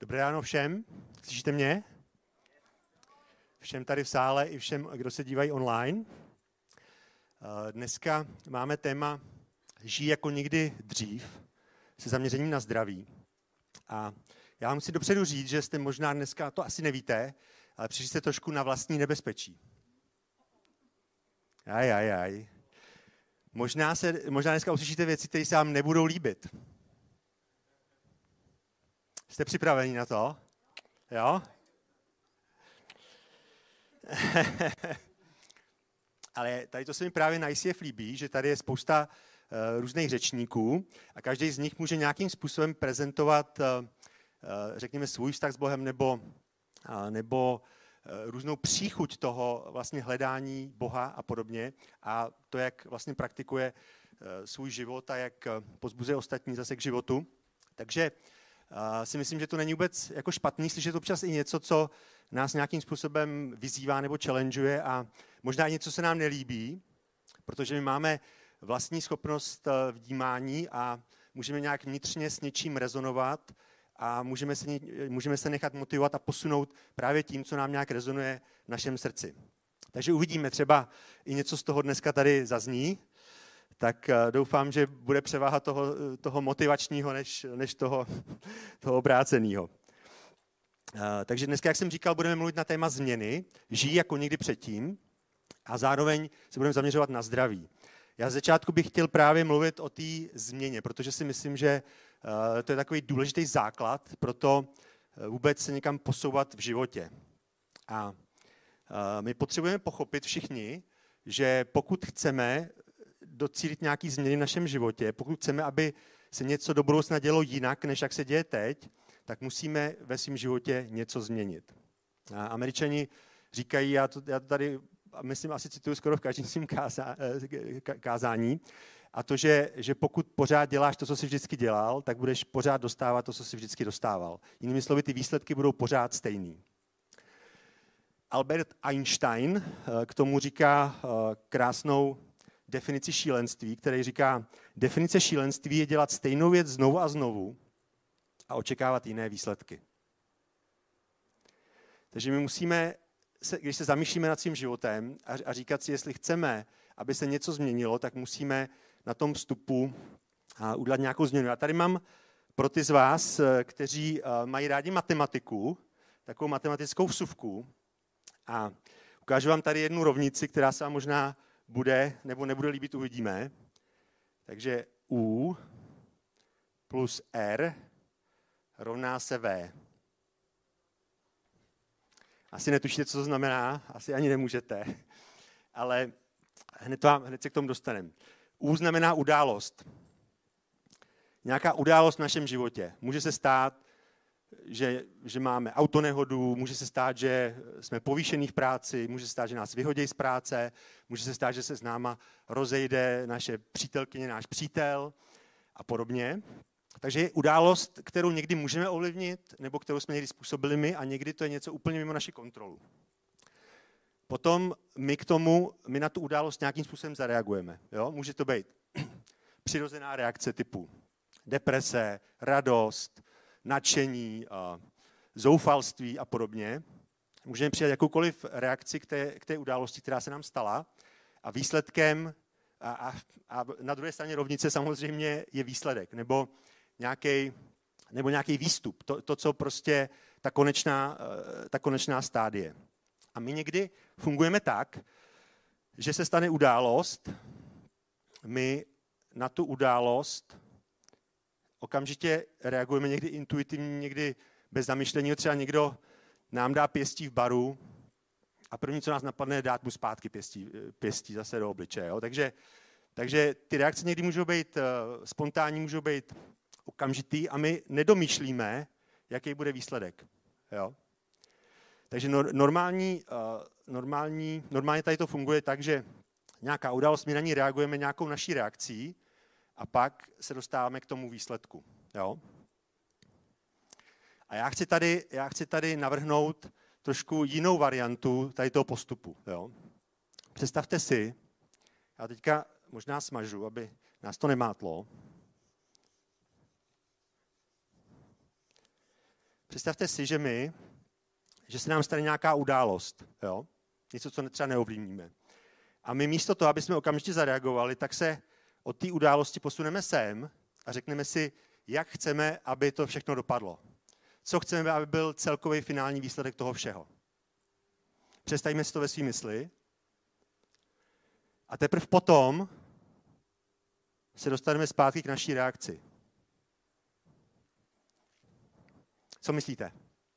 Dobré ráno všem. Slyšíte mě? Všem tady v sále i všem, kdo se dívají online. Dneska máme téma Žij jako nikdy dřív se zaměřením na zdraví. A já vám musím dopředu říct, že jste možná dneska, to asi nevíte, ale přišli jste trošku na vlastní nebezpečí. Možná dneska uslyšíte věci, které se vám nebudou líbit. Jste připraveni na to? Jo? Ale tady to se mi právě na ICF líbí, že tady je spousta různých řečníků a každý z nich může nějakým způsobem prezentovat, řekněme, svůj vztah s Bohem nebo různou příchuť toho vlastně hledání Boha a podobně a to, jak vlastně praktikuje svůj život a jak pozbuzuje ostatní zase k životu. Takže si myslím, že to není vůbec jako špatný, slyšet občas i něco, co nás nějakým způsobem vyzývá nebo challengeuje a možná i něco se nám nelíbí, protože my máme vlastní schopnost vnímání a můžeme nějak vnitřně s něčím rezonovat a můžeme se nechat motivovat a posunout právě tím, co nám nějak rezonuje v našem srdci. Takže uvidíme, třeba i něco z toho dneska tady zazní, tak doufám, že bude převáha toho motivačního než toho obráceného. Takže dneska, jak jsem říkal, budeme mluvit na téma změny, žij jako nikdy předtím a zároveň se budeme zaměřovat na zdraví. Já z začátku bych chtěl právě mluvit o té změně, protože si myslím, že to je takový důležitý základ pro to vůbec se někam posouvat v životě. A my potřebujeme pochopit všichni, že pokud chceme docílit nějaký změny v našem životě, pokud chceme, aby se něco do budoucna dělo jinak, než jak se děje teď, tak musíme ve svém životě něco změnit. A Američani říkají, já to tady, myslím, asi cituju skoro v každém svým kázání, a to, že pokud pořád děláš to, co jsi vždycky dělal, tak budeš pořád dostávat to, co jsi vždycky dostával. Jinými slovy, ty výsledky budou pořád stejný. Albert Einstein k tomu říká krásnou definici šílenství, který říká, definice šílenství je dělat stejnou věc znovu a znovu a očekávat jiné výsledky. Takže my musíme, když se zamýšlíme nad svým životem a říkat si, jestli chceme, aby se něco změnilo, tak musíme na tom vstupu udělat nějakou změnu. Já tady mám pro ty z vás, kteří mají rádi matematiku, takovou matematickou vsuvku a ukážu vám tady jednu rovnici, která se vám možná bude nebo nebude líbit, uvidíme. Takže U plus R rovná se V. Asi netušíte, co to znamená, asi ani nemůžete, ale hned se k tomu dostaneme. U znamená událost. Nějaká událost v našem životě. Může se stát, že máme autonehodu, může se stát, že jsme povýšení v práci, může se stát, že nás vyhodí z práce, může se stát, že se s náma rozejde naše přítelkyně, náš přítel a podobně. Takže je událost, kterou někdy můžeme ovlivnit, nebo kterou jsme někdy způsobili my a někdy to je něco úplně mimo naši kontrolu. Potom my na tu událost nějakým způsobem zareagujeme. Jo? Může to být přirozená reakce typu deprese, radost, nadšení, zoufalství a podobně. Můžeme přidat jakoukoliv reakci k té události, která se nám stala a výsledkem a na druhé straně rovnice samozřejmě je výsledek nebo nějaký výstup, to, co prostě ta konečná stádie. A my někdy fungujeme tak, že se stane událost, my na tu událost okamžitě reagujeme někdy intuitivně, někdy bez zamyšlení. Třeba někdo nám dá pěstí v baru a první, co nás napadne, je dát mu zpátky pěstí zase do obličeje. Jo? Takže ty reakce někdy můžou být spontánní, můžou být okamžitý a my nedomýšlíme, jaký bude výsledek. Jo? Takže normálně tady to funguje tak, že nějaká událost, my na ní reagujeme nějakou naší reakcí a pak se dostáváme k tomu výsledku. Jo? A já chci tady navrhnout trošku jinou variantu tady toho postupu. Jo? Představte si, já teďka možná smažu, aby nás to nemátlo. představte si, že se nám stane nějaká událost, jo? Něco, co třeba neovlivníme. A my místo toho, aby jsme okamžitě zareagovali, tak se od té události posuneme sem a řekneme si, jak chceme, aby to všechno dopadlo. Co chceme, aby byl celkový finální výsledek toho všeho. Představíme si to ve svý mysli a teprve potom se dostaneme zpátky k naší reakci. Co myslíte?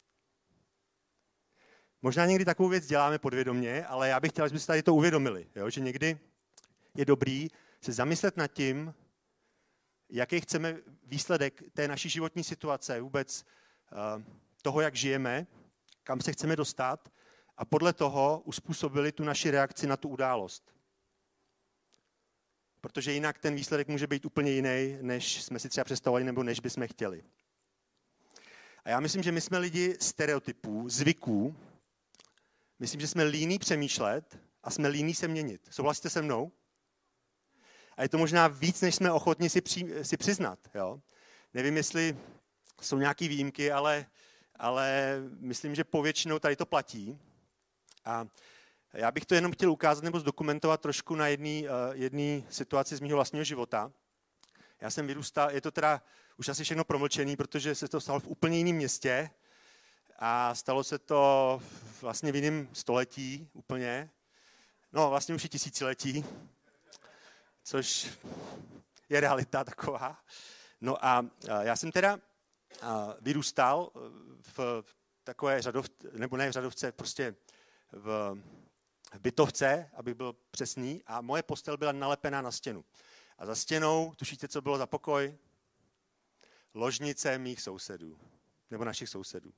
Možná někdy takovou věc děláme podvědomě, ale já bych chtěl, abyste si tady to uvědomili, jo? Že někdy je dobrý se zamyslet nad tím, jaký chceme výsledek té naší životní situace, vůbec toho, jak žijeme, kam se chceme dostat a podle toho uspůsobili tu naši reakci na tu událost. Protože jinak ten výsledek může být úplně jiný, než jsme si třeba představovali nebo než bychom chtěli. A já myslím, že my jsme lidi stereotypů, zvyků. Myslím, že jsme líní přemýšlet a jsme líní se měnit. Souhlasíte se mnou? A je to možná víc, než jsme ochotni si přiznat. Jo? Nevím, jestli jsou nějaké výjimky, ale myslím, že povětšinou tady to platí. A já bych to jenom chtěl ukázat nebo zdokumentovat trošku na jedné situaci z mého vlastního života. Já jsem vyrůstal, je to teda už asi všechno promlčený, protože se to stalo v úplně jiném městě a stalo se to vlastně v jiném století úplně. No vlastně už i tisíciletí, což je realita taková. No a já jsem teda vyrůstal v takové řadovce, prostě v bytovce, abych byl přesný, a moje postel byla nalepená na stěnu. A za stěnou, tušíte, co bylo za pokoj? Ložnice mých sousedů, nebo našich sousedů.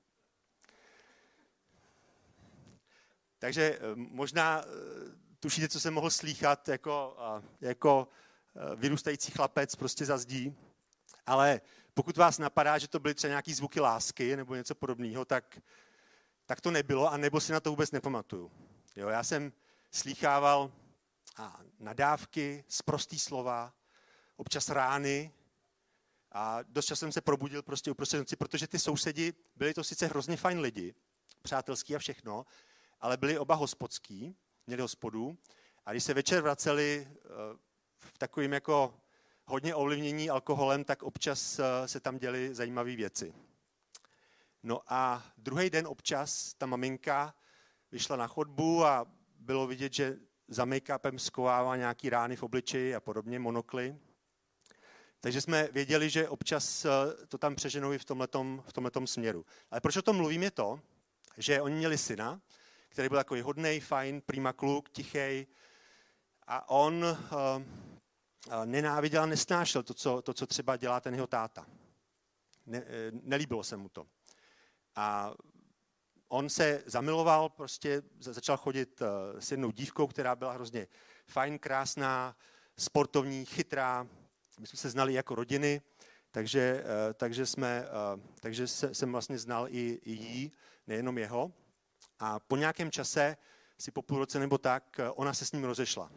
Takže možná tušíte, co jsem mohl slýchat jako vyrůstající chlapec prostě za zdí, ale pokud vás napadá, že to byly třeba nějaký zvuky lásky nebo něco podobného, tak to nebylo, a nebo si na to vůbec nepamatuju. Jo, já jsem slýchával nadávky, sprostý slova, občas rány a dost často jsem se probudil prostě uprostřed noci, protože ty sousedi byli to sice hrozně fajn lidi, přátelský a všechno, ale byli oba hospodský, měli hospodu a když se večer vraceli v takovým jako hodně ovlivnění alkoholem, tak občas se tam děly zajímavé věci. No a druhý den občas ta maminka vyšla na chodbu a bylo vidět, že za make-upem skovává nějaký rány v obličeji a podobně, monokly. Takže jsme věděli, že občas to tam přeženou i v tomhletom směru. Ale proč o tom mluvím je to, že oni měli syna, který byl takový hodnej, fajn, prima kluk, tichej, a on nenáviděl a nesnášel to, co třeba dělá ten jeho táta. Nelíbilo se mu to. A on se zamiloval, prostě začal chodit s jednou dívkou, která byla hrozně fajn, krásná, sportovní, chytrá. My jsme se znali jako rodiny, takže jsem vlastně znal i jí, nejenom jeho. A po nějakém čase, asi po půl roce nebo tak, ona se s ním rozešla.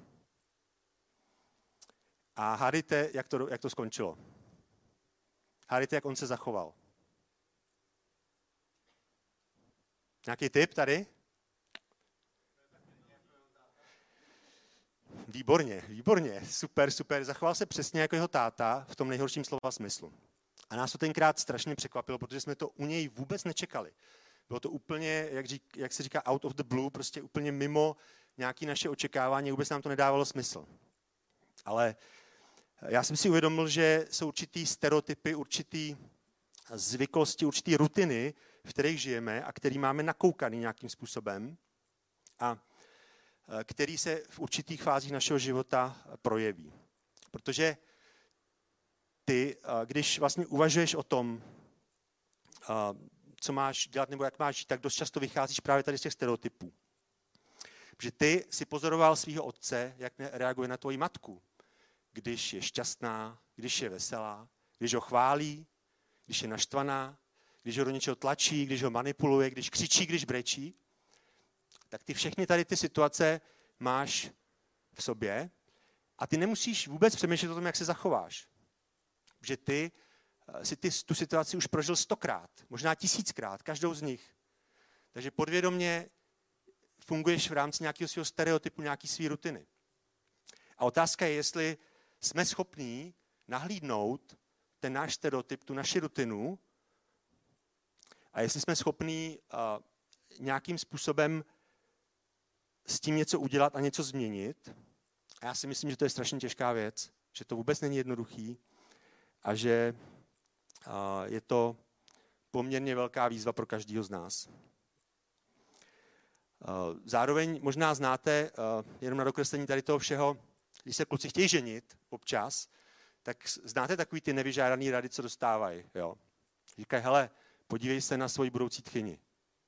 A hádejte, jak to skončilo. Hádejte, jak on se zachoval. Nějaký tip tady? Výborně, super. Zachoval se přesně jako jeho táta v tom nejhorším slova smyslu. A nás to tenkrát strašně překvapilo, protože jsme to u něj vůbec nečekali. Bylo to úplně, jak se říká, out of the blue, prostě úplně mimo nějaké naše očekávání, vůbec nám to nedávalo smysl. Ale já jsem si uvědomil, že jsou určitý stereotypy, určitý zvyklosti, určitý rutiny, v kterých žijeme a který máme nakoukaný nějakým způsobem a který se v určitých fázích našeho života projeví. Protože ty, když vlastně uvažuješ o tom, co máš dělat nebo jak máš žít, tak dost často vycházíš právě tady z těch stereotypů. Protože ty si pozoroval svého otce, jak reaguje na tvoji matku, když je šťastná, když je veselá, když ho chválí, když je naštvaná, když ho do něčeho tlačí, když ho manipuluje, když křičí, když brečí, tak ty všechny tady ty situace máš v sobě a ty nemusíš vůbec přemýšlet o tom, jak se zachováš. Že ty si tu situaci už prožil 100krát, možná 1000krát, každou z nich. Takže podvědomě funguješ v rámci nějakého svého stereotypu, nějaký svý rutiny. A otázka je, jestli jsme schopní nahlídnout ten náš stereotyp, tu naši rutinu, a jestli jsme schopní nějakým způsobem s tím něco udělat a něco změnit. A já si myslím, že to je strašně těžká věc, že to vůbec není jednoduchý a že je to poměrně velká výzva pro každého z nás. Zároveň možná znáte, jenom na dokreslení tady toho všeho, když se kluci chtějí ženit občas, tak znáte takový ty nevyžádaný rady, co dostávají. Jo? Říkají, hele, podívej se na svoji budoucí tchyni.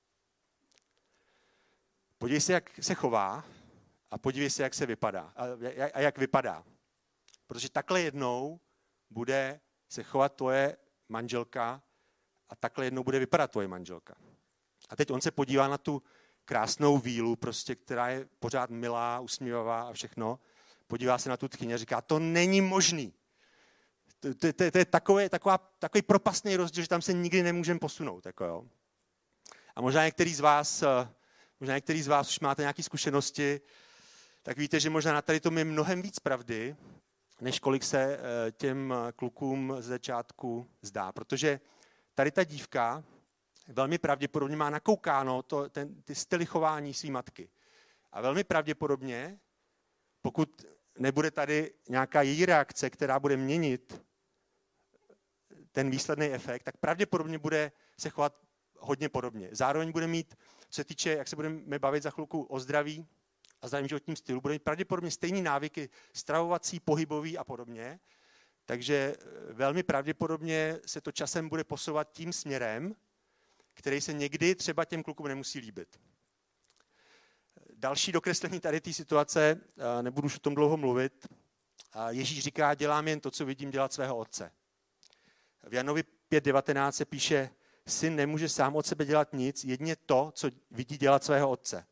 Podívej se, jak se chová a podívej se, jak se vypadá. A jak vypadá. Protože takhle jednou bude se chovat tvoje manželka a takhle jednou bude vypadat tvoje manželka. A teď on se podívá na tu krásnou vílu, prostě, která je pořád milá, usmívavá a všechno. Podívá se na tu tchyni a říká, to není možný. To je takový propastný rozdíl, že tam se nikdy nemůžeme posunout. Jako jo. A možná některý z vás už máte nějaké zkušenosti, tak víte, že možná na tady tom je mnohem víc pravdy, než kolik se těm klukům z začátku zdá. Protože tady ta dívka velmi pravděpodobně má nakoukáno ty styly chování své matky. A velmi pravděpodobně, pokud nebude tady nějaká její reakce, která bude měnit ten výsledný efekt, tak pravděpodobně bude se chovat hodně podobně. Zároveň bude mít, co se týče, jak se budeme bavit za chvilku o zdraví a zdravém životním stylu, bude mít pravděpodobně stejné návyky stravovací, pohybový a podobně. Takže velmi pravděpodobně se to časem bude posouvat tím směrem, který se někdy třeba těm klukům nemusí líbit. Další dokreslení tady té situace, nebudu už o tom dlouho mluvit, Ježíš říká, dělám jen to, co vidím dělat svého otce. V Janovi 5.19 se píše, syn nemůže sám od sebe dělat nic, jedině to, co vidí dělat svého otce.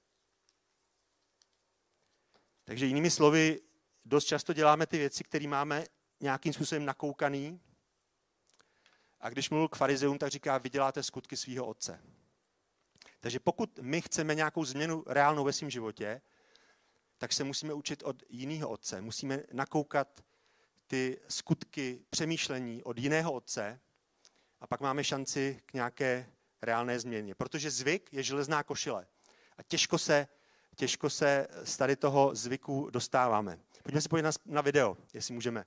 Takže jinými slovy, dost často děláme ty věci, které máme nějakým způsobem nakoukaný. A když mluvil k farizeům, tak říká, vy děláte skutky svého otce. Takže pokud my chceme nějakou změnu reálnou ve svém životě, tak se musíme učit od jiného otce. Musíme nakoukat ty skutky přemýšlení od jiného otce a pak máme šanci k nějaké reálné změně. Protože zvyk je železná košile a těžko se z tady toho zvyku dostáváme. Pojďme se podívat na video, jestli můžeme.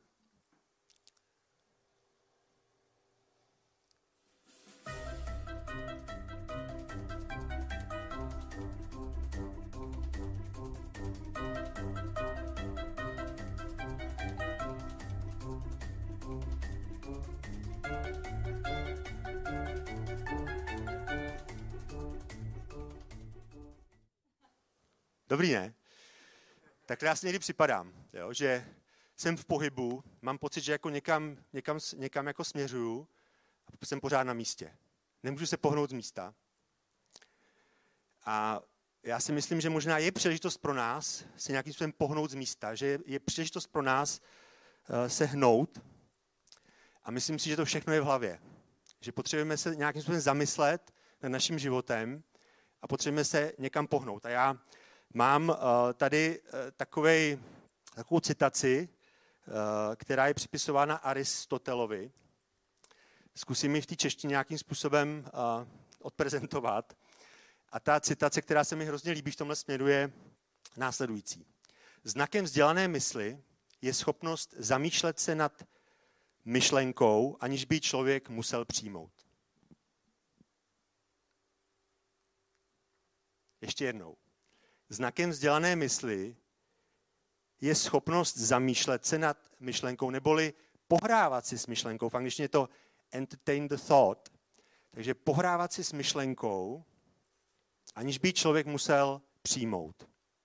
Dobrý, ne? Takhle já si někdy připadám, jo? Že jsem v pohybu, mám pocit, že jako někam jako směřuju a jsem pořád na místě. Nemůžu se pohnout z místa. A já si myslím, že možná je příležitost pro nás se nějakým způsobem pohnout z místa, že je příležitost pro nás se hnout. A myslím si, že to všechno je v hlavě. Že potřebujeme se nějakým způsobem zamyslet nad naším životem a potřebujeme se někam pohnout. A já mám tady takovou citaci, která je připisována Aristotelovi. Zkusím ji v té češtině nějakým způsobem odprezentovat. A ta citace, která se mi hrozně líbí v tomhle směru, je následující. Znakem vzdělané mysli je schopnost zamýšlet se nad myšlenkou, aniž by člověk musel přijmout. Ještě jednou. Znakem vzdělané mysli je schopnost zamýšlet se nad myšlenkou, neboli pohrávat si s myšlenkou. V angličtině je to entertain the thought. Takže pohrávat si s myšlenkou, aniž by člověk musel přijmout.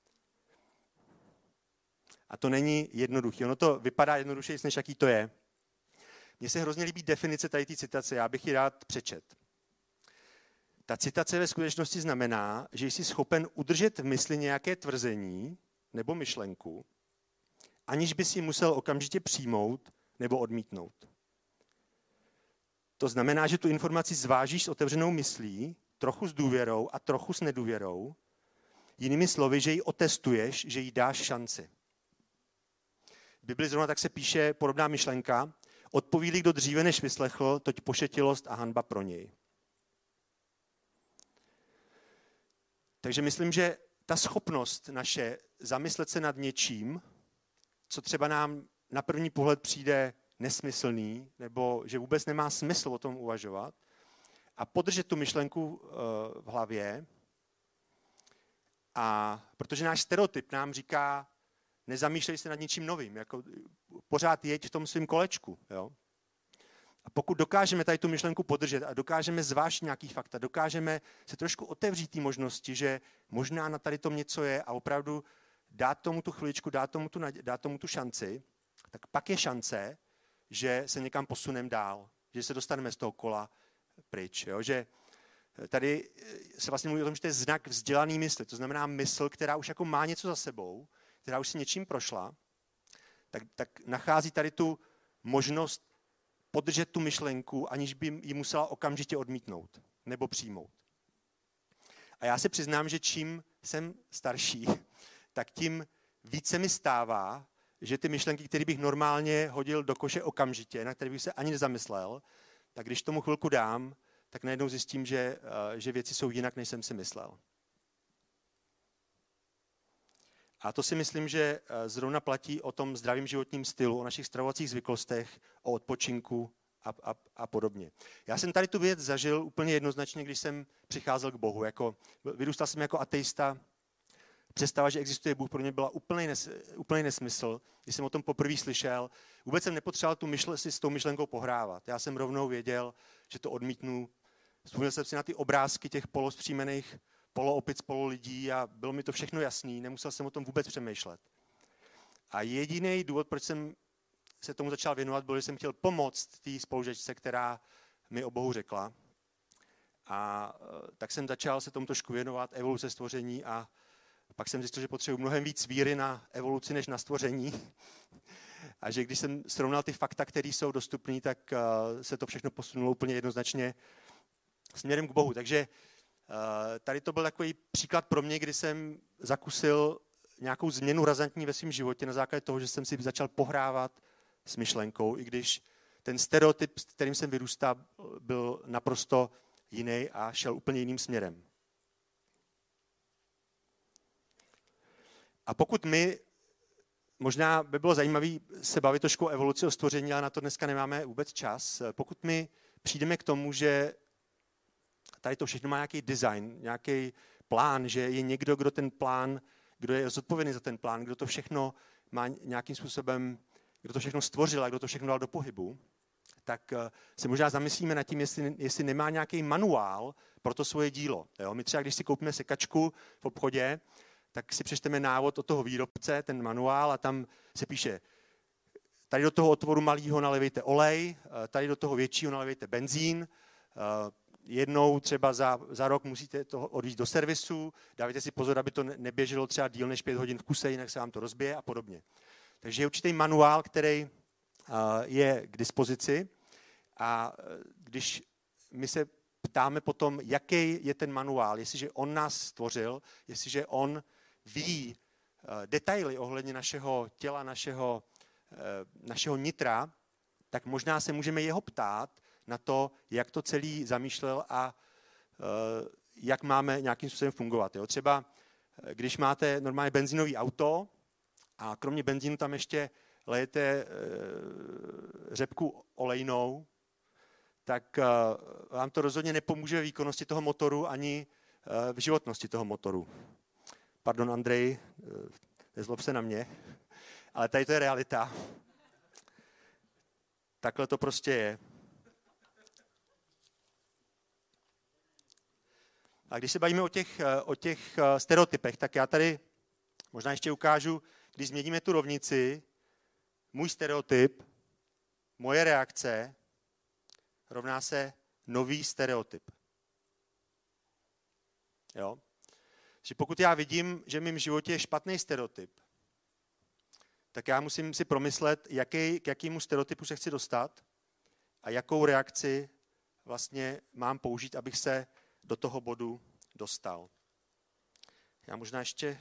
A to není jednoduché. Ono to vypadá jednodušeji, než jaký to je. Mně se hrozně líbí definice tady té citace, já bych ji rád přečet. Ta citace ve skutečnosti znamená, že jsi schopen udržet v mysli nějaké tvrzení nebo myšlenku, aniž by si musel okamžitě přijmout nebo odmítnout. To znamená, že tu informaci zvážíš s otevřenou myslí, trochu s důvěrou a trochu s nedůvěrou. Jinými slovy, že ji otestuješ, že jí dáš šanci. V Bibli zrovna tak se píše podobná myšlenka. Odpoví-li kdo dříve než vyslechl, toť pošetilost a hanba pro něj. Takže myslím, že ta schopnost naše zamyslet se nad něčím, co třeba nám na první pohled přijde nesmyslný, nebo že vůbec nemá smysl o tom uvažovat, a podržet tu myšlenku v hlavě, a protože náš stereotyp nám říká, nezamýšlej se nad ničím novým, jako pořád jeď v tom svém kolečku. Jo? A pokud dokážeme tady tu myšlenku podržet a dokážeme zvážit nějaký fakta, dokážeme se trošku otevřít té možnosti, že možná na tady tom něco je a opravdu dát tomu tu chviličku, dát tomu tu šanci, tak pak je šance, že se někam posuneme dál, že se dostaneme z toho kola pryč. Jo? Že tady se vlastně mluví o tom, že to je znak vzdělaný mysli, to znamená mysl, která už jako má něco za sebou, která už si něčím prošla, tak nachází tady tu možnost podržet tu myšlenku, aniž by ji musela okamžitě odmítnout nebo přijmout. A já se přiznám, že čím jsem starší, tak tím více mi stává, že ty myšlenky, které bych normálně hodil do koše okamžitě, na které bych se ani nezamyslel, tak když tomu chvilku dám, tak najednou zjistím, že věci jsou jinak, než jsem si myslel. A to si myslím, že zrovna platí o tom zdravém životním stylu, o našich stravovacích zvyklostech, o odpočinku a podobně. Já jsem tady tu věc zažil úplně jednoznačně, když jsem přicházel k Bohu. Vyrůstal jsem jako ateista. Představa, že existuje Bůh, pro mě byla úplný nesmysl. Když jsem o tom poprvé slyšel, vůbec jsem nepotřeboval si s tou myšlenkou pohrávat. Já jsem rovnou věděl, že to odmítnu. Vzpomněl jsem si na ty obrázky těch polozpříjmených poloopic, pololidí a bylo mi to všechno jasný, nemusel jsem o tom vůbec přemýšlet. A jediný důvod, proč jsem se tomu začal věnovat, byl, že jsem chtěl pomoct té spolužečce, která mi o Bohu řekla. A tak jsem začal se tomu trošku věnovat, evoluce stvoření, a pak jsem zjistil, že potřebuji mnohem víc víry na evoluci než na stvoření. A že když jsem srovnal ty fakta, které jsou dostupné, tak se to všechno posunulo úplně jednoznačně směrem k Bohu. Takže tady to byl takový příklad pro mě, kdy jsem zakusil nějakou změnu razantní ve svém životě na základě toho, že jsem si začal pohrávat s myšlenkou, i když ten stereotyp, s kterým jsem vyrůstal, byl naprosto jiný a šel úplně jiným směrem. A pokud možná by bylo zajímavé se bavit trošku o evoluci, o stvoření, ale na to dneska nemáme vůbec čas, pokud my přijdeme k tomu, že tady to všechno má nějaký design, nějaký plán, že je někdo, kdo je zodpovědný za ten plán, kdo to všechno má nějakým způsobem, kdo to všechno stvořil a kdo to všechno dal do pohybu, tak se možná zamyslíme nad tím, jestli nemá nějaký manuál pro to svoje dílo. Jo? My třeba, když si koupíme sekačku v obchodě, tak si přečteme návod od toho výrobce, ten manuál, a tam se píše, tady do toho otvoru malého nalejte olej, tady do toho většího nalejte benzín, jednou třeba za rok musíte to odvízt do servisu, dávajte si pozor, aby to neběželo třeba díl než 5 hodin v kuse, jinak se vám to rozbije a podobně. Takže je určitý manuál, který je k dispozici, a když my se ptáme potom, jaký je ten manuál, jestliže on nás stvořil, jestliže on ví detaily ohledně našeho těla, našeho nitra, tak možná se můžeme jeho ptát na to, jak to celý zamýšlel a jak máme nějakým způsobem fungovat. Jo? Třeba když máte normálně benzínový auto a kromě benzínu tam ještě lejete řepku olejnou, tak vám to rozhodně nepomůže výkonnosti toho motoru ani v životnosti toho motoru. Pardon, Andrej, nezlob se na mě, ale tady to je realita. Takhle to prostě je. A když se bavíme o těch stereotypech, tak já tady možná ještě ukážu, když změníme tu rovnici, můj stereotyp, moje reakce rovná se nový stereotyp. Jo? Že pokud já vidím, že v mém životě je špatný stereotyp, tak já musím si promyslet, k jakému stereotypu se chci dostat a jakou reakci vlastně mám použít, abych se do toho bodu dostal. Já možná ještě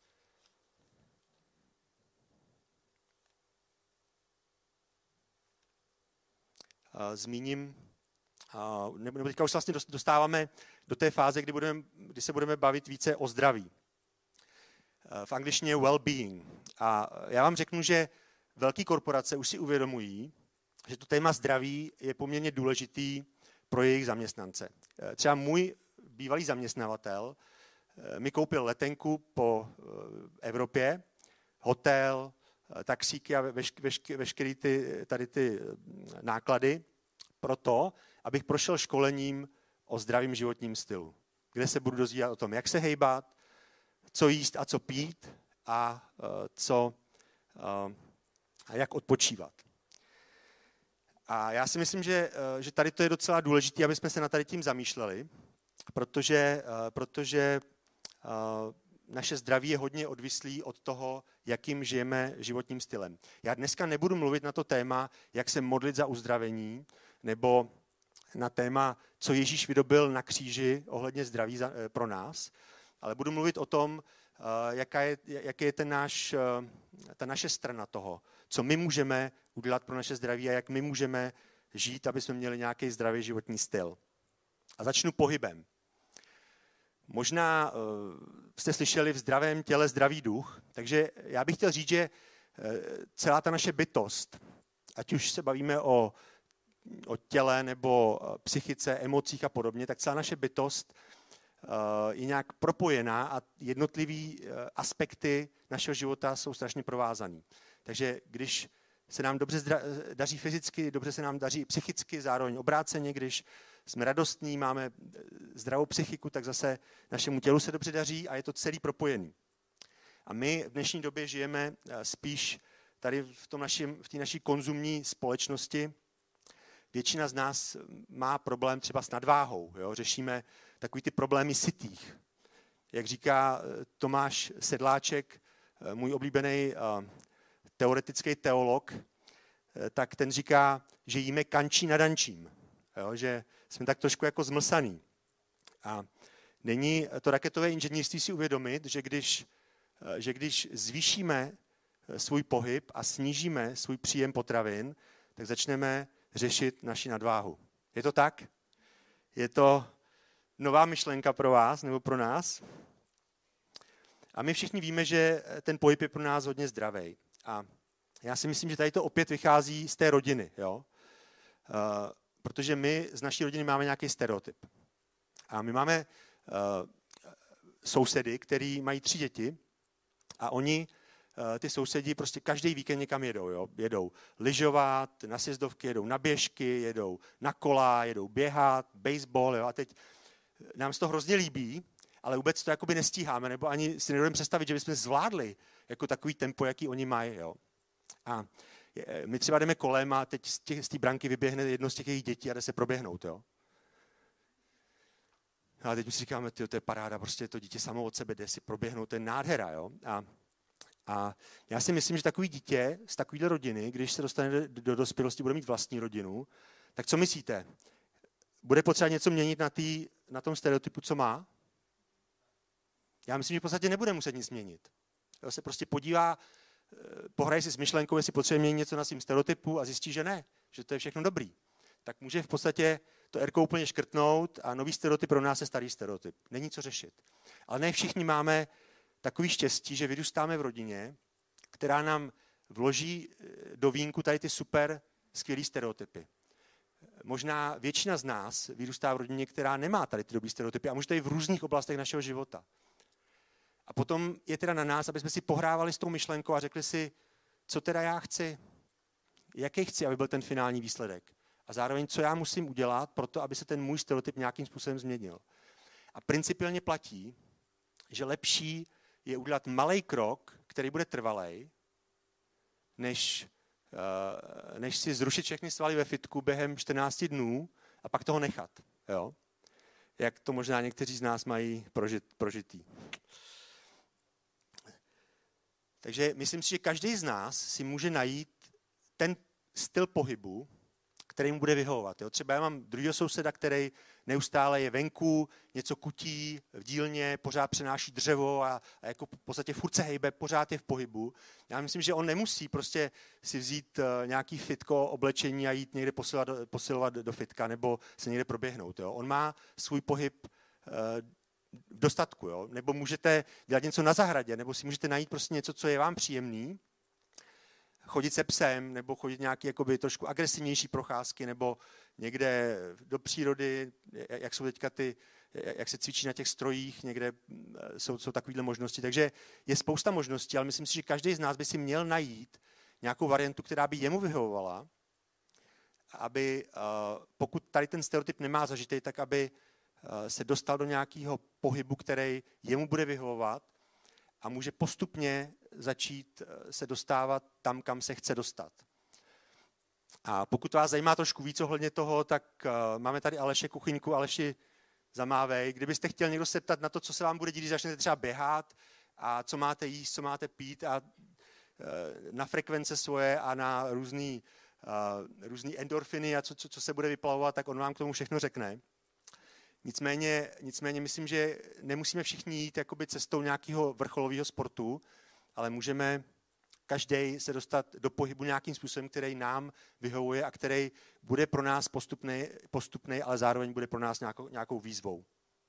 zmíním, nebo teďka už vlastně dostáváme do té fáze, kdy se budeme bavit více o zdraví. V angličtině well-being. A já vám řeknu, že velké korporace už si uvědomují, že to téma zdraví je poměrně důležitý pro jejich zaměstnance. Třeba můj bývalý zaměstnavatel mi koupil letenku po Evropě, hotel, taxíky a veškeré ty náklady pro to, abych prošel školením o zdravém životním stylu, kde se budu dozvídat o tom, jak se hejbat, co jíst a co pít a jak odpočívat. A já si myslím, že tady to je docela důležité, aby jsme se na tady tím zamýšleli, protože naše zdraví je hodně odvislý od toho, jakým žijeme životním stylem. Já dneska nebudu mluvit na to téma, jak se modlit za uzdravení, nebo na téma, co Ježíš vydobyl na kříži ohledně zdraví pro nás, ale budu mluvit o tom, jaký je ta naše strana toho, co my můžeme udělat pro naše zdraví a jak my můžeme žít, aby jsme měli nějaký zdravý životní styl. A začnu pohybem. Možná jste slyšeli v zdravém těle zdravý duch, takže já bych chtěl říct, že celá ta naše bytost, ať už se bavíme o těle nebo psychice, emocích a podobně, tak celá naše bytost je nějak propojená a jednotlivý aspekty našeho života jsou strašně provázaný. Takže když se nám dobře daří fyzicky, dobře se nám daří psychicky, zároveň obráceně, když jsme radostní, máme zdravou psychiku, tak zase našemu tělu se dobře daří a je to celý propojený. A my v dnešní době žijeme spíš tady v té naší konzumní společnosti. Většina z nás má problém třeba s nadváhou. Jo? Řešíme takový ty problémy sytých. Jak říká Tomáš Sedláček, můj oblíbený teoretický teolog, tak ten říká, že jíme kančí na dančím. Jo? Že jsme tak trošku jako zmlsaný. A není to raketové inženýrství si uvědomit, že když zvýšíme svůj pohyb a snížíme svůj příjem potravin, tak začneme řešit naši nadváhu. Je to tak? Je to nová myšlenka pro vás nebo pro nás? A my všichni víme, že ten pohyb je pro nás hodně zdravý. A já si myslím, že tady to opět vychází z té rodiny. Jo? Protože my z naší rodiny máme nějaký stereotyp. A my máme sousedy, který mají 3 děti a oni, ty sousedi, prostě každý víkend někam jedou. Jo? Jedou lyžovat, na sjezdovky, jedou na běžky, jedou na kola, jedou běhat, baseball. Jo? A teď nám se to hrozně líbí, ale vůbec to jakoby nestíháme, nebo ani si nedovedeme představit, že bychom zvládli jako takový tempo, jaký oni mají. Jo? A my třeba jdeme kolem a teď z té branky vyběhne jedno z těch jejich dětí a jde se proběhnout. Jo? A teď my si říkáme, to je paráda, prostě to dítě samo od sebe jde si proběhnout, to je nádhera. Jo? A já si myslím, že takový dítě z takovéhle rodiny, když se dostane do dospělosti, bude mít vlastní rodinu, tak co myslíte? Bude potřeba něco měnit na tom stereotypu, co má? Já myslím, že v podstatě nebude muset nic měnit. Jo, se prostě podívá, pohraje si s myšlenkou, jestli potřebuje měnit něco na svým stereotypu a zjistí, že ne, že to je všechno dobrý. Tak může v podstatě to erko úplně škrtnout a nový stereotyp pro nás je starý stereotyp. Není co řešit. Ale ne všichni máme takový štěstí, že vyrůstáme v rodině, která nám vloží do vínku tady ty super skvělý stereotypy. Možná většina z nás vyrůstá v rodině, která nemá tady ty dobrý stereotypy a možná i v různých oblastech našeho života. A potom je teda na nás, aby jsme si pohrávali s tou myšlenkou a řekli si, co teda já chci, jaký chci, aby byl ten finální výsledek. A zároveň, co já musím udělat pro to, aby se ten můj stereotyp nějakým způsobem změnil. A principiálně platí, že lepší je udělat malej krok, který bude trvalej, než si zrušit všechny svaly ve fitku během 14 dnů a pak toho nechat. Jo? Jak to možná někteří z nás mají prožitý. Takže myslím si, že každý z nás si může najít ten styl pohybu, který mu bude vyhovovat. Jo? Třeba já mám druhého souseda, který neustále je venku, něco kutí v dílně, pořád přenáší dřevo a jako v podstatě furt se hejbe, pořád je v pohybu. Já myslím, že on nemusí prostě si vzít nějaký fitko, oblečení a jít někde posilovat do fitka nebo se někde proběhnout. Jo? On má svůj pohyb v dostatku. Jo? Nebo můžete dělat něco na zahradě, nebo si můžete najít prostě něco, co je vám příjemný, chodit se psem, nebo chodit nějaké jakoby trošku agresivnější procházky, nebo někde do přírody, jak jsou teďka jak se cvičí na těch strojích, někde jsou takovéhle možnosti. Takže je spousta možností, ale myslím si, že každý z nás by si měl najít nějakou variantu, která by jemu vyhovovala, aby pokud tady ten stereotyp nemá zažitej, tak aby se dostal do nějakého pohybu, který jemu bude vyhovovat a může postupně začít se dostávat tam, kam se chce dostat. A pokud vás zajímá trošku víc ohledně toho, tak máme tady Aleše Kuchyňku. Aleši, zamávej. Kdybyste chtěl někdo se ptat na to, co se vám bude dít, když začnete třeba běhat a co máte jíst, co máte pít a na frekvence svoje a na různý endorfiny a co se bude vyplavovat, tak on vám k tomu všechno řekne. Nicméně myslím, že nemusíme všichni jít jakoby cestou nějakého vrcholového sportu, ale můžeme každý se dostat do pohybu nějakým způsobem, který nám vyhovuje a který bude pro nás postupný, ale zároveň bude pro nás nějakou výzvou.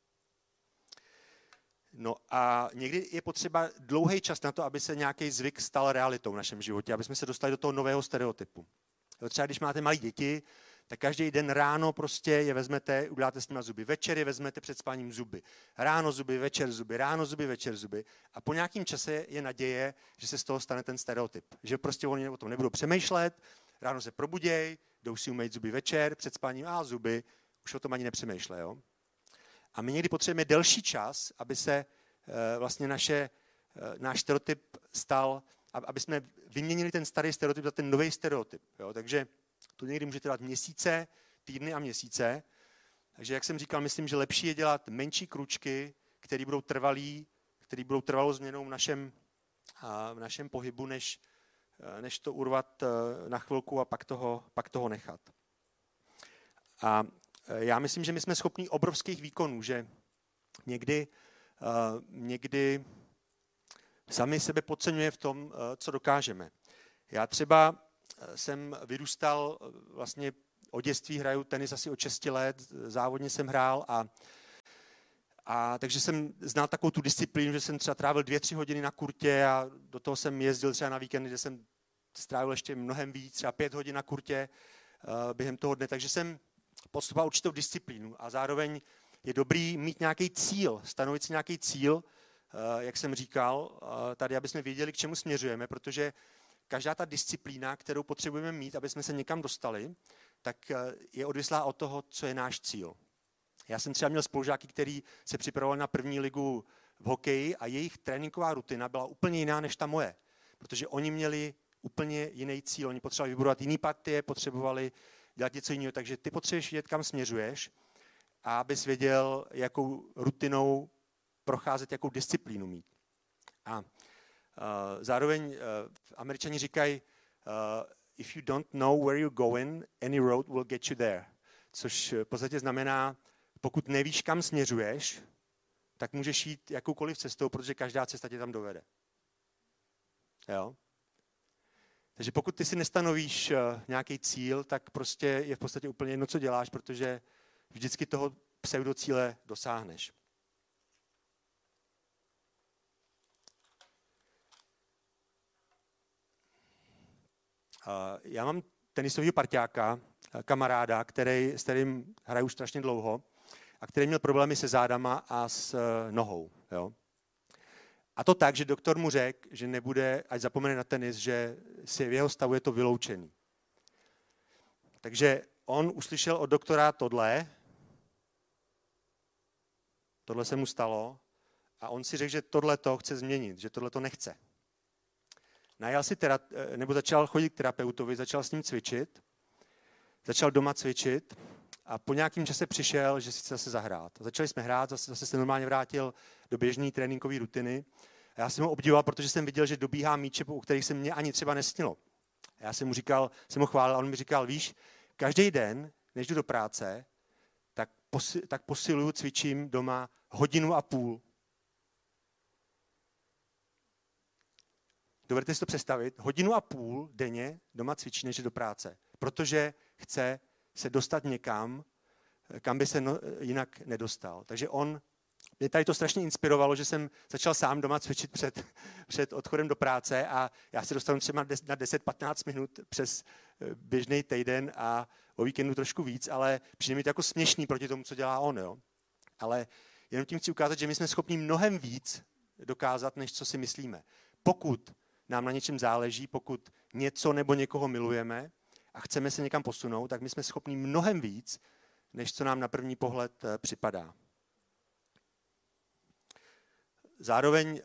No a někdy je potřeba dlouhý čas na to, aby se nějaký zvyk stal realitou v našem životě, aby jsme se dostali do toho nového stereotypu. Třeba když máte malé děti, tak každý den ráno prostě je vezmete, uděláte s nimi zuby. Večer je vezmete před spáním zuby. Ráno zuby, večer zuby, ráno zuby, večer zuby. A po nějakém čase je naděje, že se z toho stane ten stereotyp. Že prostě oni o tom nebudou přemýšlet, ráno se probuděj, jdou si umýt zuby večer, před spáním a zuby, už o tom ani nepřemýšlej. Jo? A my někdy potřebujeme delší čas, aby se vlastně náš stereotyp stal, aby jsme vyměnili ten starý stereotyp za ten nový stereotyp. Jo? Takže to někdy můžete dělat měsíce, týdny a měsíce. Takže jak jsem říkal, myslím, že lepší je dělat menší kručky, které budou trvalou změnou v našem pohybu, než to urvat na chvilku a pak toho nechat. A já myslím, že my jsme schopni obrovských výkonů, že někdy sami sebe podceňuje v tom, co dokážeme. Já třeba jsem vyrůstal vlastně od dětství, hraju tenis asi od 6 let, závodně jsem hrál a takže jsem znal takovou tu disciplínu, že jsem třeba trávil 2-3 hodiny na kurtě a do toho jsem jezdil třeba na víkendy, kde jsem strávil ještě mnohem víc, třeba 5 hodin na kurtě během toho dne, takže jsem postupoval určitou disciplínu a zároveň je dobrý mít nějaký cíl, stanovit si nějaký cíl, jak jsem říkal, tady, aby jsme věděli, k čemu směřujeme, protože každá ta disciplína, kterou potřebujeme mít, aby jsme se někam dostali, tak je odvislá od toho, co je náš cíl. Já jsem třeba měl spolužáky, kteří se připravovali na první ligu v hokeji a jejich tréninková rutina byla úplně jiná než ta moje, protože oni měli úplně jiný cíl, oni potřebovali vybudovat jiný partie, potřebovali dělat něco jiného, takže ty potřebuješ vědět, kam směřuješ, a abys věděl, jakou rutinou procházet, jakou disciplínu mít. A zároveň Američani říkají, if you don't know where you're going, any road will get you there. Což v podstatě znamená, pokud nevíš, kam směřuješ, tak můžeš jít jakoukoliv cestou, protože každá cesta tě tam dovede. Jo? Takže pokud ty si nestanovíš nějaký cíl, tak prostě je v podstatě úplně jedno, co děláš, protože vždycky toho pseudocíle dosáhneš. Já mám tenisového parťáka, kamaráda, s kterým hraju už strašně dlouho a který měl problémy se zádama a s nohou. Jo? A to tak, že doktor mu řekl, že nebude, ať zapomene na tenis, že si v jeho stavu je to vyloučený. Takže on uslyšel od doktora tohle se mu stalo a on si řekl, že tohle to chce změnit, že tohle to nechce. Najal si nebo začal chodit k terapeutovi, začal s ním cvičit, začal doma cvičit a po nějakém čase přišel, že si chce zase zahrát. Začali jsme hrát, zase se normálně vrátil do běžné tréninkové rutiny. A já jsem ho obdivoval, protože jsem viděl, že dobíhá míče, u kterých se mě ani třeba nesnilo. Já jsem mu chválil a on mi říkal, víš, každý den, než jdu do práce, tak posiluju, cvičím doma 1,5 hodiny. Dovedete si to představit? 1,5 hodiny denně doma cvičí, než jde do práce. Protože chce se dostat někam, kam by se jinak nedostal. Takže mě tady to strašně inspirovalo, že jsem začal sám doma cvičit před odchodem do práce a já se dostanu třeba na 10-15 minut přes běžný týden a o víkendu trošku víc, ale přijde mi to jako směšný proti tomu, co dělá on. Jo? Ale jenom tím chci ukázat, že my jsme schopni mnohem víc dokázat, než co si myslíme. Pokud nám na něčem záleží, pokud něco nebo někoho milujeme a chceme se někam posunout, tak my jsme schopni mnohem víc, než co nám na první pohled připadá. Zároveň,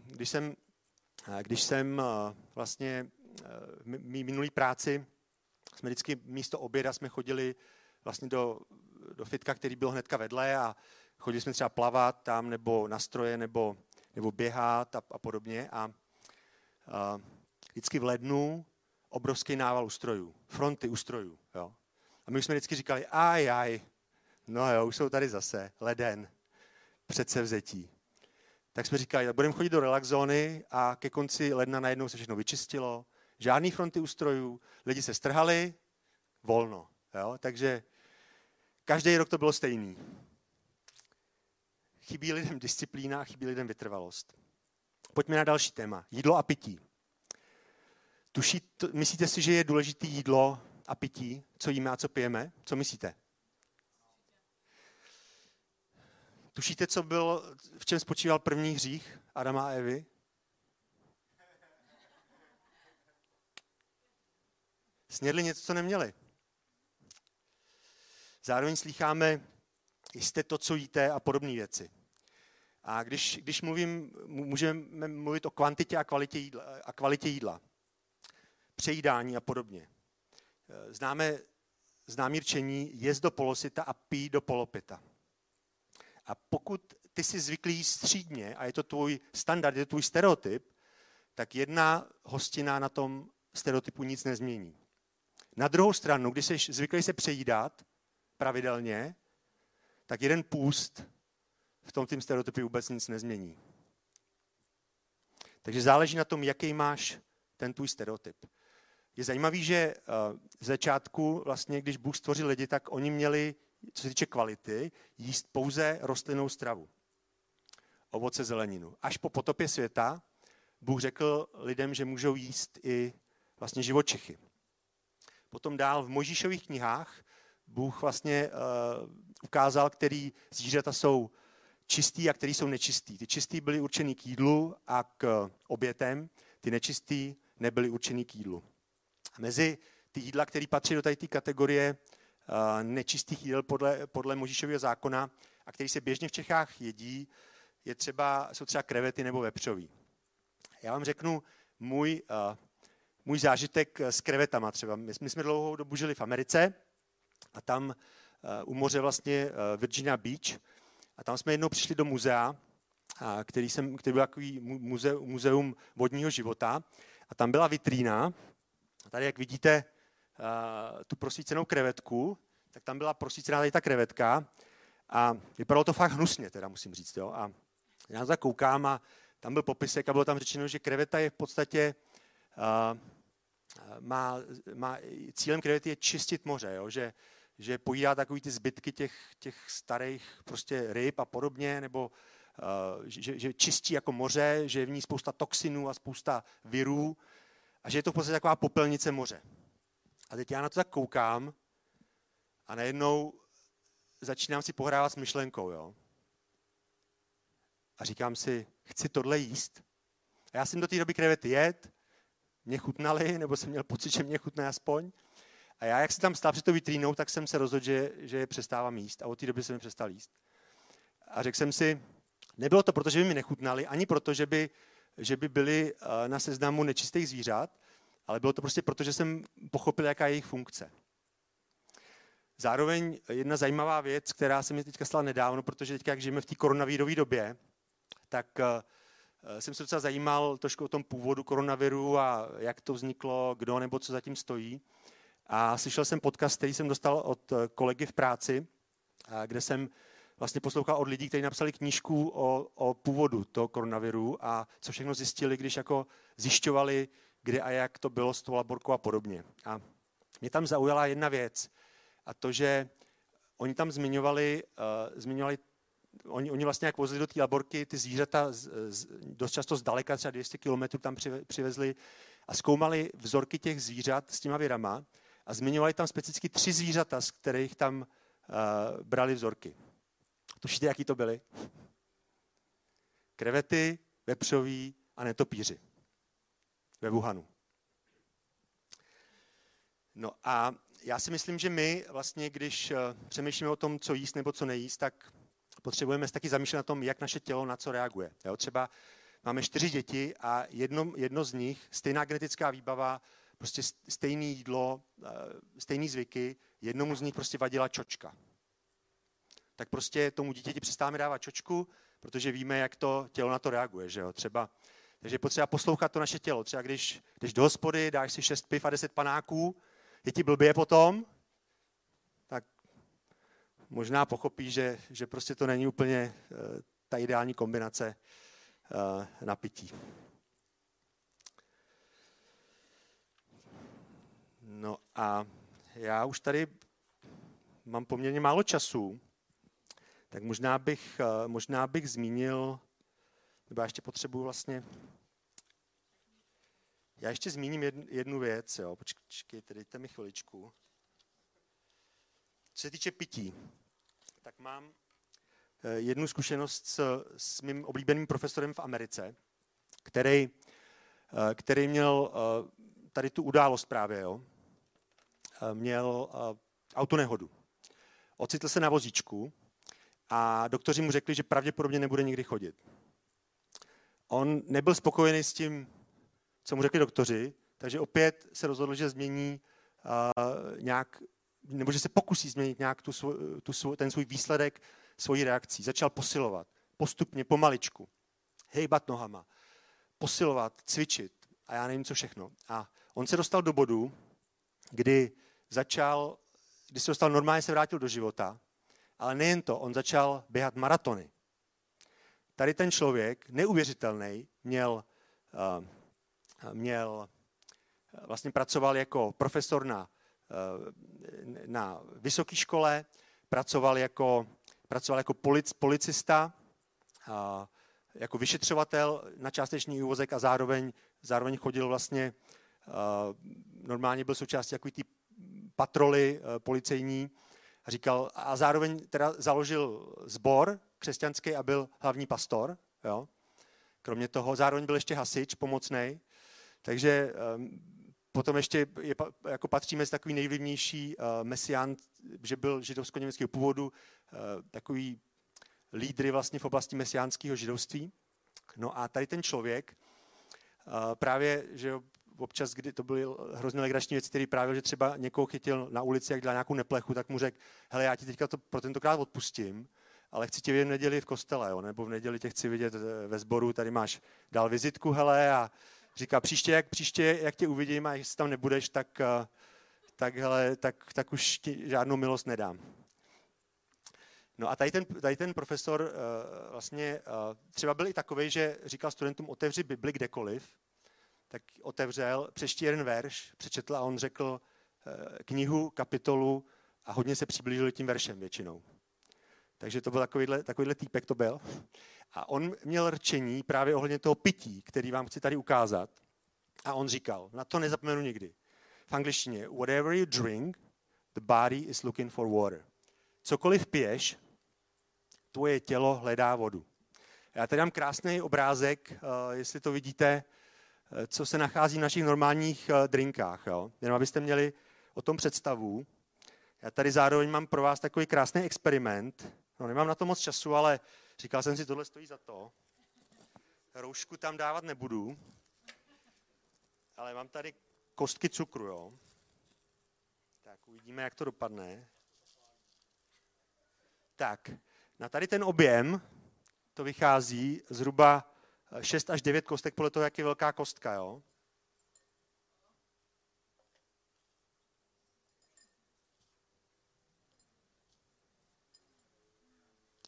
když jsem vlastně v minulý práci, jsme vždycky místo oběda jsme chodili vlastně do fitka, který byl hnedka vedle a chodili jsme třeba plavat tam nebo na stroje nebo běhat a podobně. A vždycky v lednu obrovský nával ústrojů, fronty ústrojů. Jo. A my už jsme vždycky říkali, no jo, už jsou tady zase, leden, předsevzetí. Tak jsme říkali, budeme chodit do relax zóny a ke konci ledna najednou se všechno vyčistilo, žádný fronty ústrojů, lidi se strhali, volno. Jo. Takže každý rok to bylo stejný. Chybí lidem disciplína a chybí lidem vytrvalost. Pojďme na další téma. Jídlo a pití. Myslíte si, že je důležité jídlo a pití? Co jíme a co pijeme? Co myslíte? Tušíte, v čem spočíval první hřích Adama a Evy? Snědli něco, co neměli. Zároveň slýcháme, jste to, co jíte a podobné věci. A když můžeme mluvit o kvantitě a kvalitě jídla. Přejídání a podobně. Známý rčení jest do polosyta a pij do polopita. A pokud ty jsi zvyklý jíst střídně a je to tvůj standard, je to tvůj stereotyp, tak jedna hostina na tom stereotypu nic nezmění. Na druhou stranu, když jsi zvyklý se přejídat pravidelně, tak jeden půst v tom tím stereotypu vůbec nic nezmění. Takže záleží na tom, jaký máš ten tvůj stereotyp. Je zajímavý, že z začátku, vlastně, když Bůh stvořil lidi, tak oni měli, co se týče kvality, jíst pouze rostlinnou stravu. Ovoce, zeleninu. Až po potopě světa Bůh řekl lidem, že můžou jíst i vlastně živočichy. Potom dál v Mojžíšových knihách Bůh vlastně ukázal, který zvířata jsou čistý a který jsou nečistý. Ty čistý byly určený k jídlu a k obětem, ty nečistý nebyly určený k jídlu. Mezi ty jídla, které patří do té kategorie nečistých jídel podle Mojžíšového zákona a který se běžně v Čechách jedí, jsou třeba krevety nebo vepřový. Já vám řeknu můj zážitek s krevetama třeba. My jsme dlouhou dobu žili v Americe a tam u moře vlastně Virginia Beach a tam jsme jednou přišli do muzea, který byl takový muzeum vodního života a tam byla vitrína. A tady, jak vidíte tu prosvícenou krevetku, tak tam byla prosvícená tady ta krevetka a vypadalo to fakt hnusně, teda musím říct. Jo? A já tak koukám a tam byl popisek a bylo tam řečeno, že kreveta je v podstatě, cílem krevety je čistit moře, jo? Že pojídá takový ty zbytky těch starých prostě ryb a podobně, nebo že čistí jako moře, že je v ní spousta toxinů a spousta virů a že je to v podstatě taková popelnice moře. A teď já na to tak koukám a najednou začínám si pohrávat s myšlenkou. Jo? A říkám si, chci tohle jíst. A já jsem do té doby krevety jet, mě chutnaly, nebo jsem měl pocit, že mě chutná aspoň. A já, jak se tam stál před tou vitrínou, tak jsem se rozhodl, že je přestávám jíst. A od té doby jsem je přestal jíst. A řekl jsem si, nebylo to proto, že by mi nechutnali, ani proto, že by byli na seznamu nečistých zvířat, ale bylo to prostě proto, že jsem pochopil, jaká je jejich funkce. Zároveň jedna zajímavá věc, která se mi teďka stala nedávno, protože teďka, jak žijeme v té koronavirové době, tak jsem se docela zajímal trošku o tom původu koronaviru a jak to vzniklo, kdo nebo co zatím stojí. A slyšel jsem podcast, který jsem dostal od kolegy v práci, kde jsem vlastně poslouchal od lidí, kteří napsali knížku o původu toho koronaviru a co všechno zjistili, když jako zjišťovali, kde a jak to bylo s tou laborkou a podobně. A mě tam zaujala jedna věc a to, že oni tam zmiňovali oni vlastně jak vozili do té laborky ty zvířata dost často zdaleka, třeba 200 kilometrů tam přivezli a zkoumali vzorky těch zvířat s těma virama a zmiňovali tam specificky 3 zvířata, z kterých tam brali vzorky. Tušíte, jaký to byly? Krevety, vepřoví a netopíři ve Wuhanu. No a já si myslím, že my vlastně, když přemýšlíme o tom, co jíst nebo co nejíst, tak potřebujeme se taky zamýšlet na tom, jak naše tělo na co reaguje. Jo, třeba máme 4 děti a jedno z nich, stejná genetická výbava, prostě stejné jídlo, stejné zvyky, jednomu z nich prostě vadila čočka. Tak prostě tomu dítěti přestáváme dávat čočku, protože víme, jak to tělo na to reaguje. Že jo? Takže je potřeba poslouchat to naše tělo. Třeba když jdeš do hospody, dáš si 6 piv a 10 panáků, je ti blbě potom, tak možná pochopíš, že prostě to není úplně ta ideální kombinace napití. No a já už tady mám poměrně málo času, tak možná bych zmínil, nebo já ještě potřebuji vlastně, já ještě zmíním jednu věc, jo, počkejte, dejte mi chviličku. Co se týče pití, tak mám jednu zkušenost s mým oblíbeným profesorem v Americe, který měl tady tu událost právě, jo, měl autonehodu. Ocitl se na vozíčku a doktoři mu řekli, že pravděpodobně nebude nikdy chodit. On nebyl spokojený s tím, co mu řekli doktoři, takže opět se rozhodl, že změní nějak, nebo že se pokusí změnit nějak ten svůj výsledek, svoji reakcí. Začal posilovat, postupně, pomaličku, hejbat nohama, posilovat, cvičit a já nevím, co všechno. A on se dostal do bodu, kdy se dostal normálně, se vrátil do života, ale nejen to, on začal běhat maratony. Tady ten člověk, neuvěřitelný, vlastně pracoval jako profesor na vysoké škole, pracoval jako policista, jako vyšetřovatel na částečný úvazek a zároveň chodil vlastně, normálně byl součástí takový ty patroly policejní a zároveň teda založil sbor křesťanský a byl hlavní pastor. Jo. Kromě toho zároveň byl ještě hasič pomocnej, takže potom ještě jako patří mezi takový nejvlivnější mesián, že byl židovsko-německého původu, takový lídry vlastně v oblasti mesiánského židovství. No a tady ten člověk právě, že občas, kdy to byly hrozně legrační věci, který právě, že třeba někoho chytil na ulici, jak dělá nějakou neplechu, tak mu řekl, hele, já ti teďka to pro tentokrát odpustím, ale chci tě vidět v neděli v kostele, jo? Nebo v neděli tě chci vidět ve sboru, tady máš, dal vizitku, hele, a říká, příště, jak tě uvidím a jestli tam nebudeš, tak už ti žádnou milost nedám. No a tady ten profesor vlastně třeba byl i takovej, že říkal studentům, otevři Bibli kdekoliv, tak otevřel, přečti jeden verš, přečetl a on řekl knihu, kapitolu a hodně se přiblížil tím veršem většinou. Takže to byl takovýhle týpek to byl. A on měl rčení právě ohledně toho pití, který vám chci tady ukázat. A on říkal, na to nezapomenu nikdy. V angličtině, whatever you drink, the body is looking for water. Cokoliv piješ, tvoje tělo hledá vodu. Já tady dám krásný obrázek, jestli to vidíte, co se nachází v našich normálních drinkách. Jo? Jenom abyste měli o tom představu. Já tady zároveň mám pro vás takový krásný experiment. No, nemám na to moc času, ale říkal jsem si, tohle stojí za to. Roušku tam dávat nebudu, ale mám tady kostky cukru. Jo? Tak uvidíme, jak to dopadne. Tak, na tady ten objem to vychází zhruba 6 až 9 kostek podle toho, jak je velká kostka. Jo?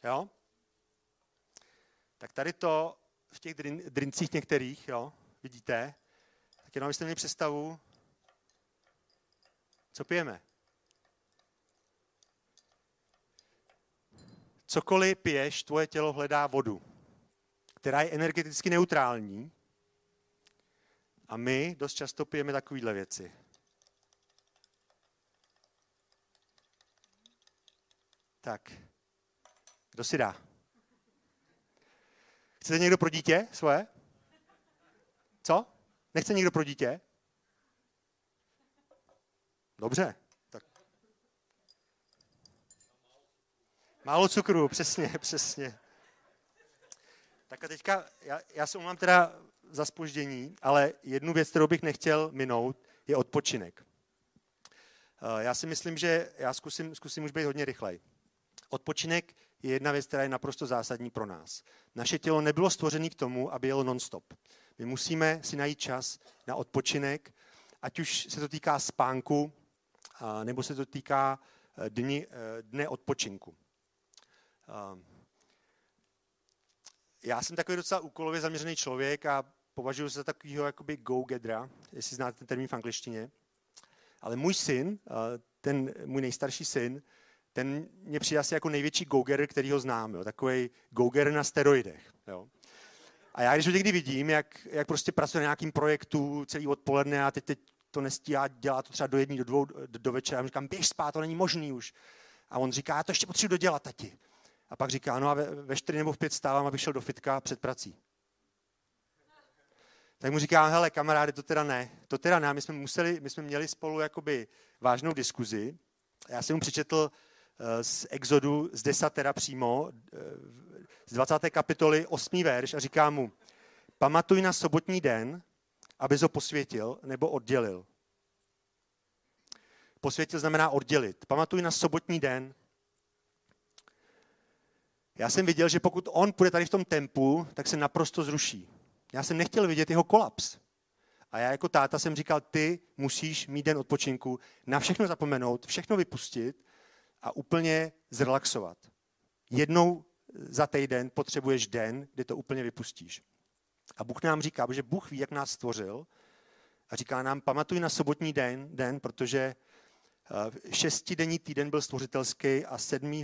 Jo? Tak tady to v těch drincích některých, jo, vidíte, tak jenom abyste měli představu, co pijeme. Cokoliv piješ, tvoje tělo hledá vodu, která je energeticky neutrální, a my dost často pijeme takovéhle věci. Tak, kdo si dá? Chcete někdo pro dítě svoje? Co? Nechce někdo pro dítě? Dobře. Tak. Málo cukru, přesně. Tak a teďka, já se omlouvám teda za zpoždění, ale jednu věc, kterou bych nechtěl minout, je odpočinek. Já si myslím, že já zkusím už být hodně rychlej. Odpočinek je jedna věc, která je naprosto zásadní pro nás. Naše tělo nebylo stvořené k tomu, aby jelo non-stop. My musíme si najít čas na odpočinek, ať už se to týká spánku, nebo se to týká dne odpočinku. Já jsem takový docela úkolově zaměřený člověk a považuji se za takového jakoby go-gettera, jestli znáte ten termín v angličtině. Ale můj syn, můj nejstarší syn, ten mě přijde asi jako největší go-getter, který ho znám. Jo? Takový go-getter na steroidech. Jo? A já když ho někdy vidím, jak prostě pracuje na nějakým projektu celý odpoledne a teď to nestíhá, dělá to třeba do 1, do 2, do večera. Já mu říkám, běž spát, to není možný už. A on říká, já to ještě potřebuji dodělat, tati. A pak říká, no a ve 4 nebo v 5 stávám, abych šel do fitka před prací. Tak mu říkám, hele kamaráde, to teda ne. My jsme měli spolu jakoby vážnou diskuzi. Já jsem mu přečetl z Exodu, z Desatera přímo, z 20. kapitoly 8. verš a říká mu, pamatuj na sobotní den, abys ho posvětil nebo oddělil. Posvětil znamená oddělit. Pamatuj na sobotní den. Já jsem viděl, že pokud on půjde tady v tom tempu, tak se naprosto zruší. Já jsem nechtěl vidět jeho kolaps. A já jako táta jsem říkal, ty musíš mít den odpočinku, na všechno zapomenout, všechno vypustit a úplně zrelaxovat. Jednou za týden potřebuješ den, kdy to úplně vypustíš. A Bůh nám říká, že Bůh ví, jak nás stvořil a říká nám, pamatuj na sobotní den, protože 6denní týden byl stvořitelský a 7.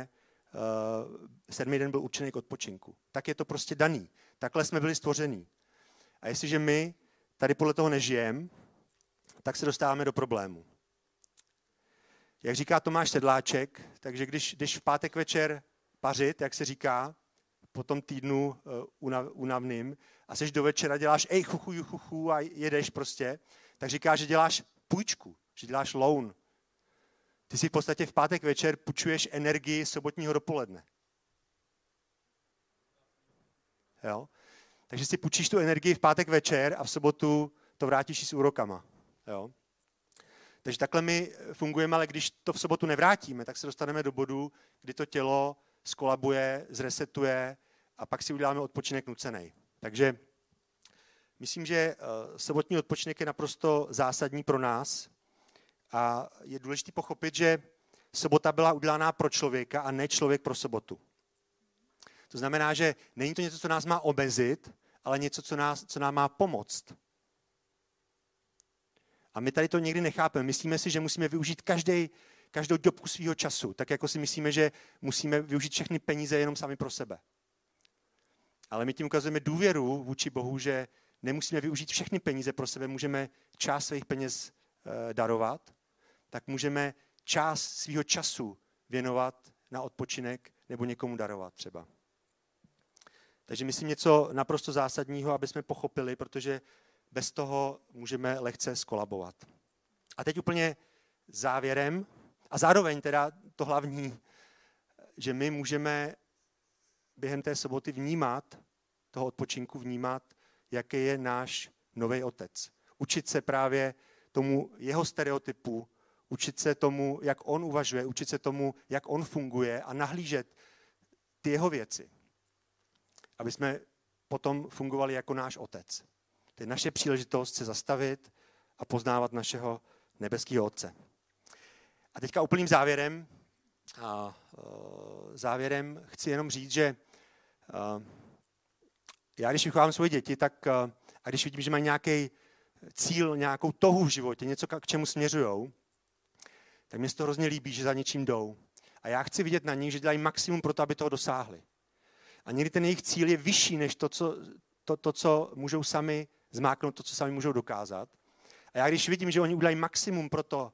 den byl určený k odpočinku. Tak je to prostě daný. Takhle jsme byli stvoření. A jestliže my tady podle toho nežijeme, tak se dostáváme do problému. Jak říká Tomáš Sedláček, takže když v pátek večer pařit, jak se říká, po tom týdnu únavným, a seš do večera, děláš chuchu a jedeš prostě, tak říká, že děláš půjčku, že děláš loan. Ty si v podstatě v pátek večer půjčuješ energii sobotního dopoledne. Jo? Takže si půjčíš tu energii v pátek večer a v sobotu to vrátíš i s úrokama. Jo? Takže takhle my fungujeme, ale když to v sobotu nevrátíme, tak se dostaneme do bodu, kdy to tělo skolabuje, zresetuje a pak si uděláme odpočinek nucenej. Takže myslím, že sobotní odpočinek je naprosto zásadní pro nás a je důležité pochopit, že sobota byla udělaná pro člověka a ne člověk pro sobotu. To znamená, že není to něco, co nás má omezit, ale něco, co nám má pomoct. A my tady to někdy nechápeme. Myslíme si, že musíme využít každou dobku svého času, tak jako si myslíme, že musíme využít všechny peníze jenom sami pro sebe. Ale my tím ukazujeme důvěru vůči Bohu, že nemusíme využít všechny peníze pro sebe, můžeme část svých peněz darovat, tak můžeme část svého času věnovat na odpočinek nebo někomu darovat třeba. Takže myslím něco naprosto zásadního, aby jsme pochopili, protože bez toho můžeme lehce skolabovat. A teď úplně závěrem a zároveň teda to hlavní, že my můžeme během té soboty toho odpočinku vnímat, jaký je náš nový otec. Učit se právě tomu jeho stereotypu, učit se tomu, jak on uvažuje, učit se tomu, jak on funguje a nahlížet ty jeho věci. Aby jsme potom fungovali jako náš otec. To je naše příležitost se zastavit a poznávat našeho nebeského otce. A teďka úplným závěrem A závěrem chci jenom říct, že já když vychovám svoje děti, tak a když vidím, že mají nějaký cíl, nějakou touhu v životě, něco, k čemu směřujou, tak mě se to hrozně líbí, že za něčím jdou. A já chci vidět na nich, že dělají maximum pro to, aby toho dosáhli. A někdy ten jejich cíl je vyšší, než to, co můžou sami zmáknout, to, co sami můžou dokázat. A já když vidím, že oni udělají maximum pro to,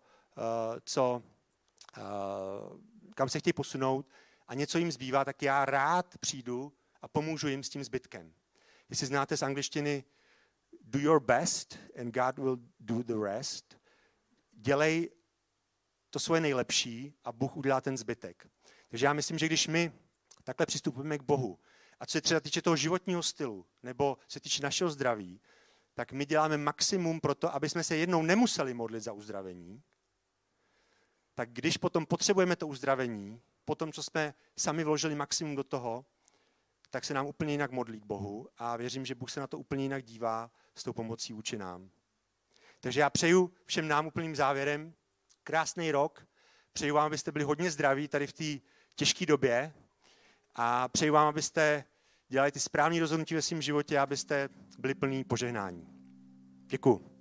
kam se chtějí posunout a něco jim zbývá, tak já rád přijdu a pomůžu jim s tím zbytkem. Jestli znáte z angličtiny do your best and God will do the rest, dělej to svoje nejlepší a Bůh udělá ten zbytek. Takže já myslím, že když my takhle přistupujeme k Bohu, a co se třeba týče toho životního stylu, nebo se týče našeho zdraví, tak my děláme maximum pro to, aby jsme se jednou nemuseli modlit za uzdravení, tak když potom potřebujeme to uzdravení, po tom, co jsme sami vložili maximum do toho, tak se nám úplně jinak modlí k Bohu a věřím, že Bůh se na to úplně jinak dívá s tou pomocí vůči nám. Takže já přeju všem nám úplným závěrem krásný rok, přeju vám, abyste byli hodně zdraví tady v té těžké době a přeju vám, abyste dělali ty správné rozhodnutí ve svém životě, abyste byli plní požehnání. Děkuju.